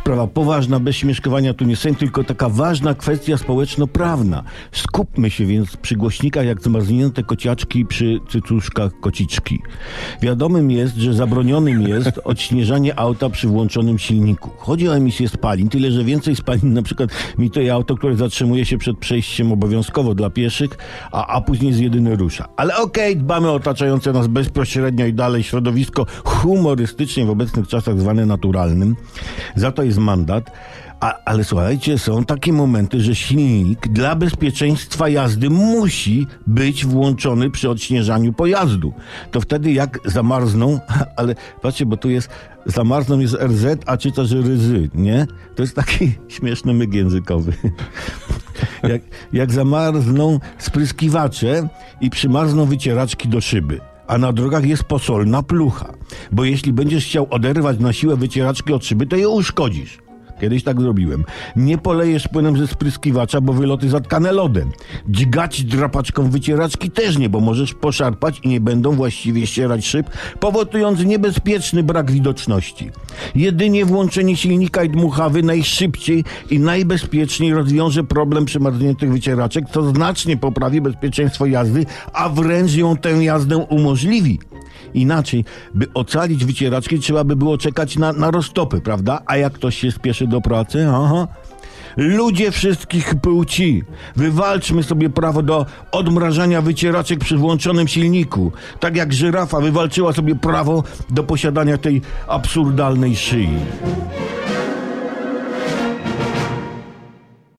sprawa poważna, bez śmieszkowania tu nie sęk, tylko taka ważna kwestia społeczno-prawna. Skupmy się więc przy głośnikach jak zmarznięte kociaczki przy cycuszkach kociczki. Wiadomym jest, że zabronionym jest odśnieżanie auta przy włączonym silniku. Chodzi o emisję spalin, tyle że więcej spalin na przykład emituje auto, które zatrzymuje się przed przejściem obowiązkowo dla pieszych, a później z jedyny rusza. Ale okej, dbamy o otaczające nas bezpośrednio i dalej środowisko humorystycznie w obecnych czasach zwane naturalnym. Za to jest mandat. Ale słuchajcie, są takie momenty, że silnik dla bezpieczeństwa jazdy musi być włączony przy odśnieżaniu pojazdu. To wtedy jak zamarzną, ale patrzcie, bo tu jest zamarzną jest RZ, a czyta, że ryzy, nie? To jest taki śmieszny myk językowy. Jak zamarzną spryskiwacze i przymarzną wycieraczki do szyby. A na drogach jest posolna plucha. Bo jeśli będziesz chciał oderwać na siłę wycieraczki od szyby, to je uszkodzisz. Kiedyś tak zrobiłem. Nie polejesz płynem ze spryskiwacza, bo wyloty zatkane lodem. Dźgać drapaczką wycieraczki też nie, bo możesz poszarpać i nie będą właściwie ścierać szyb, powodując niebezpieczny brak widoczności. Jedynie włączenie silnika i dmuchawy najszybciej i najbezpieczniej rozwiąże problem przymarzniętych wycieraczek, co znacznie poprawi bezpieczeństwo jazdy, a wręcz tę jazdę umożliwi. Inaczej, by ocalić wycieraczki, trzeba by było czekać na roztopy, prawda? A jak ktoś się spieszy do pracy? Aha. Ludzie wszystkich płci, wywalczmy sobie prawo do odmrażania wycieraczek przy włączonym silniku. Tak jak żyrafa wywalczyła sobie prawo do posiadania tej absurdalnej szyi.